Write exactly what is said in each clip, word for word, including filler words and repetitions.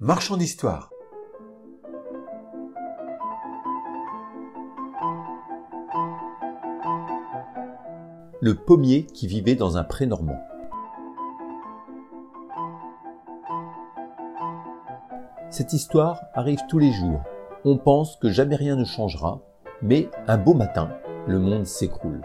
Marchand d'histoire. Le pommier qui vivait dans un pré normand. Cette histoire arrive tous les jours. On pense que jamais rien ne changera, mais un beau matin, le monde s'écroule.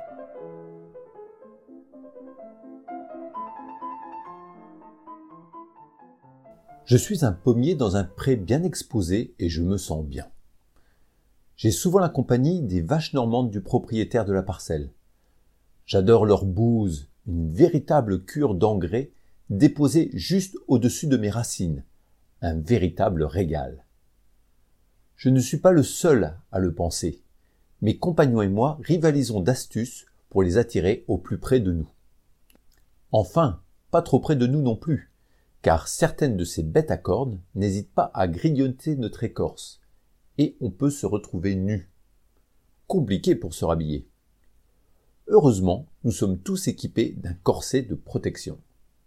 Je suis un pommier dans un pré bien exposé et je me sens bien. J'ai souvent la compagnie des vaches normandes du propriétaire de la parcelle. J'adore leur bouse, une véritable cure d'engrais déposée juste au-dessus de mes racines, un véritable régal. Je ne suis pas le seul à le penser. Mes compagnons et moi rivalisons d'astuces pour les attirer au plus près de nous. Enfin, pas trop près de nous non plus, car certaines de ces bêtes à cornes n'hésitent pas à grignoter notre écorce, et on peut se retrouver nu. Compliqué pour se rhabiller. Heureusement, nous sommes tous équipés d'un corset de protection.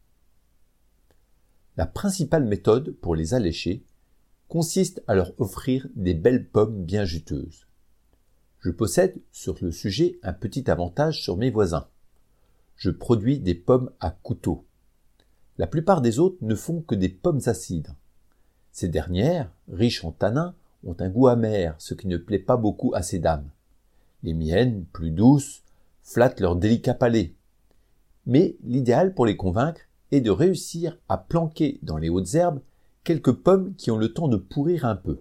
La principale méthode pour les allécher consiste à leur offrir des belles pommes bien juteuses. Je possède sur le sujet un petit avantage sur mes voisins. Je produis des pommes à couteau. La plupart des autres ne font que des pommes à cidre. Ces dernières, riches en tanins, ont un goût amer, ce qui ne plaît pas beaucoup à ces dames. Les miennes, plus douces, flattent leur délicat palais. Mais l'idéal pour les convaincre est de réussir à planquer dans les hautes herbes quelques pommes qui ont le temps de pourrir un peu.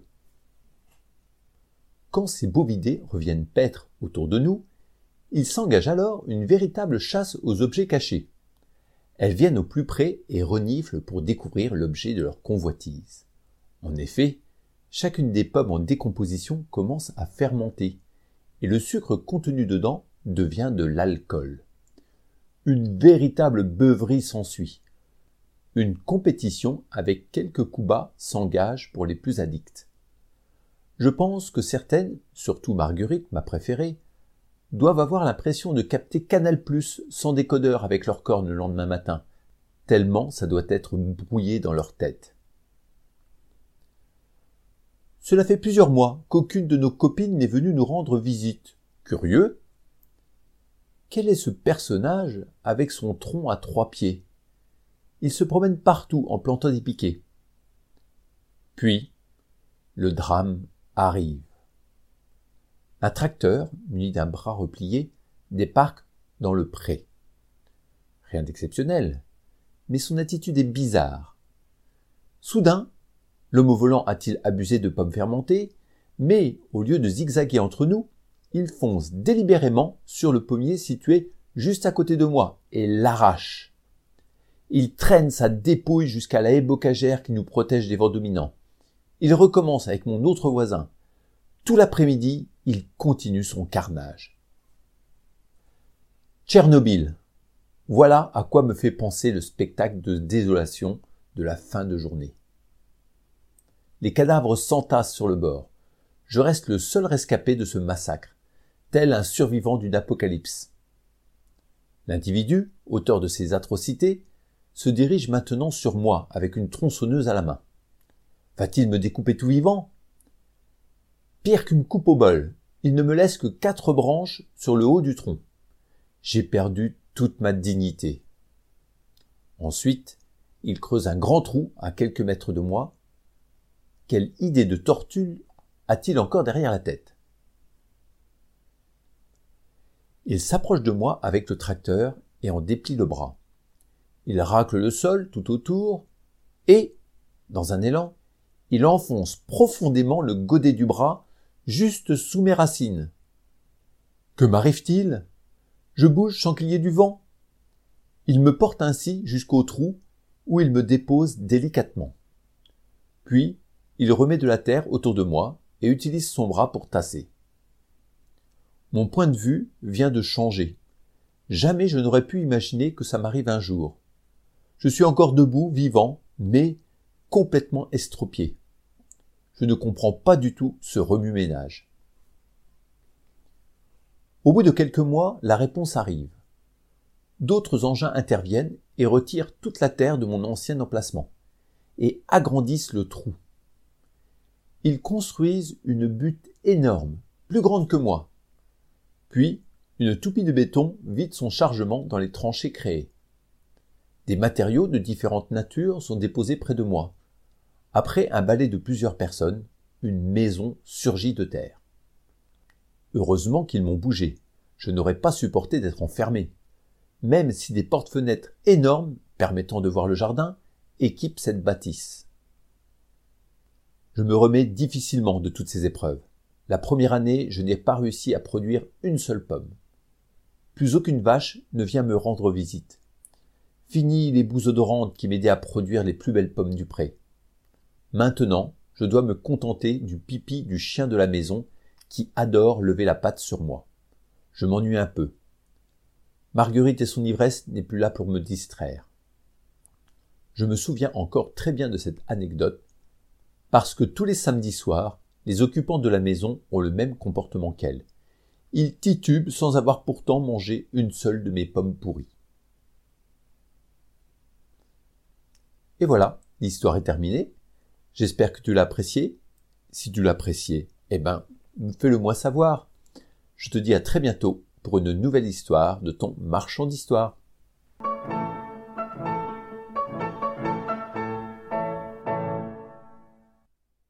Quand ces bovidés reviennent paître autour de nous, il s'engage alors une véritable chasse aux objets cachés. Elles viennent au plus près et reniflent pour découvrir l'objet de leur convoitise. En effet, chacune des pommes en décomposition commence à fermenter, et le sucre contenu dedans devient de l'alcool. Une véritable beuverie s'ensuit. Une compétition avec quelques coups bas s'engage pour les plus addicts. Je pense que certaines, surtout Marguerite, ma préférée, doivent avoir l'impression de capter Canal plus sans décodeur avec leurs cornes le lendemain matin, tellement ça doit être brouillé dans leur tête. Cela fait plusieurs mois qu'aucune de nos copines n'est venue nous rendre visite. Curieux. Quel est ce personnage avec son tronc à trois pieds? Il se promène partout en plantant des piquets. Puis, le drame arrive. Un tracteur, muni d'un bras replié, débarque dans le pré. Rien d'exceptionnel, mais son attitude est bizarre. Soudain, l'homme au volant a-t-il abusé de pommes fermentées, mais au lieu de zigzaguer entre nous, il fonce délibérément sur le pommier situé juste à côté de moi et l'arrache. Il traîne sa dépouille jusqu'à la haie bocagère qui nous protège des vents dominants. Il recommence avec mon autre voisin. Tout l'après-midi, il continue son carnage. Tchernobyl. Voilà à quoi me fait penser le spectacle de désolation de la fin de journée. Les cadavres s'entassent sur le bord. Je reste le seul rescapé de ce massacre, tel un survivant d'une apocalypse. L'individu, auteur de ces atrocités, se dirige maintenant sur moi avec une tronçonneuse à la main. Va-t-il me découper tout vivant? Pire qu'une coupe au bol, il ne me laisse que quatre branches sur le haut du tronc. J'ai perdu toute ma dignité. Ensuite, il creuse un grand trou à quelques mètres de moi. Quelle idée de tortue a-t-il encore derrière la tête? Il s'approche de moi avec le tracteur et en déplie le bras. Il racle le sol tout autour et, dans un élan, il enfonce profondément le godet du bras juste sous mes racines. Que m'arrive-t-il? Je bouge sans qu'il y ait du vent. Il me porte ainsi jusqu'au trou où il me dépose délicatement. Puis, il remet de la terre autour de moi et utilise son bras pour tasser. Mon point de vue vient de changer. Jamais je n'aurais pu imaginer que ça m'arrive un jour. Je suis encore debout, vivant, mais complètement estropié. Je ne comprends pas du tout ce remue-ménage. Au bout de quelques mois, la réponse arrive. D'autres engins interviennent et retirent toute la terre de mon ancien emplacement. et agrandissent le trou. Ils construisent une butte énorme, plus grande que moi. Puis, une toupie de béton vide son chargement dans les tranchées créées. Des matériaux de différentes natures sont déposés près de moi. Après un balai de plusieurs personnes, une maison surgit de terre. Heureusement qu'ils m'ont bougé. Je n'aurais pas supporté d'être enfermé, même si des portes-fenêtres énormes, permettant de voir le jardin, équipent cette bâtisse. Je me remets difficilement de toutes ces épreuves. La première année, je n'ai pas réussi à produire une seule pomme. Plus aucune vache ne vient me rendre visite. Fini les boues odorantes qui m'aidaient à produire les plus belles pommes du pré. Maintenant, je dois me contenter du pipi du chien de la maison qui adore lever la patte sur moi. Je m'ennuie un peu. Marguerite et son ivresse n'est plus là pour me distraire. Je me souviens encore très bien de cette anecdote parce que tous les samedis soirs, les occupants de la maison ont le même comportement qu'elle. Ils titubent sans avoir pourtant mangé une seule de mes pommes pourries. Et voilà, l'histoire est terminée. J'espère que tu l'as appréciée. Si tu l'as appréciée, eh ben, fais-le moi savoir. Je te dis à très bientôt pour une nouvelle histoire de ton marchand d'histoire.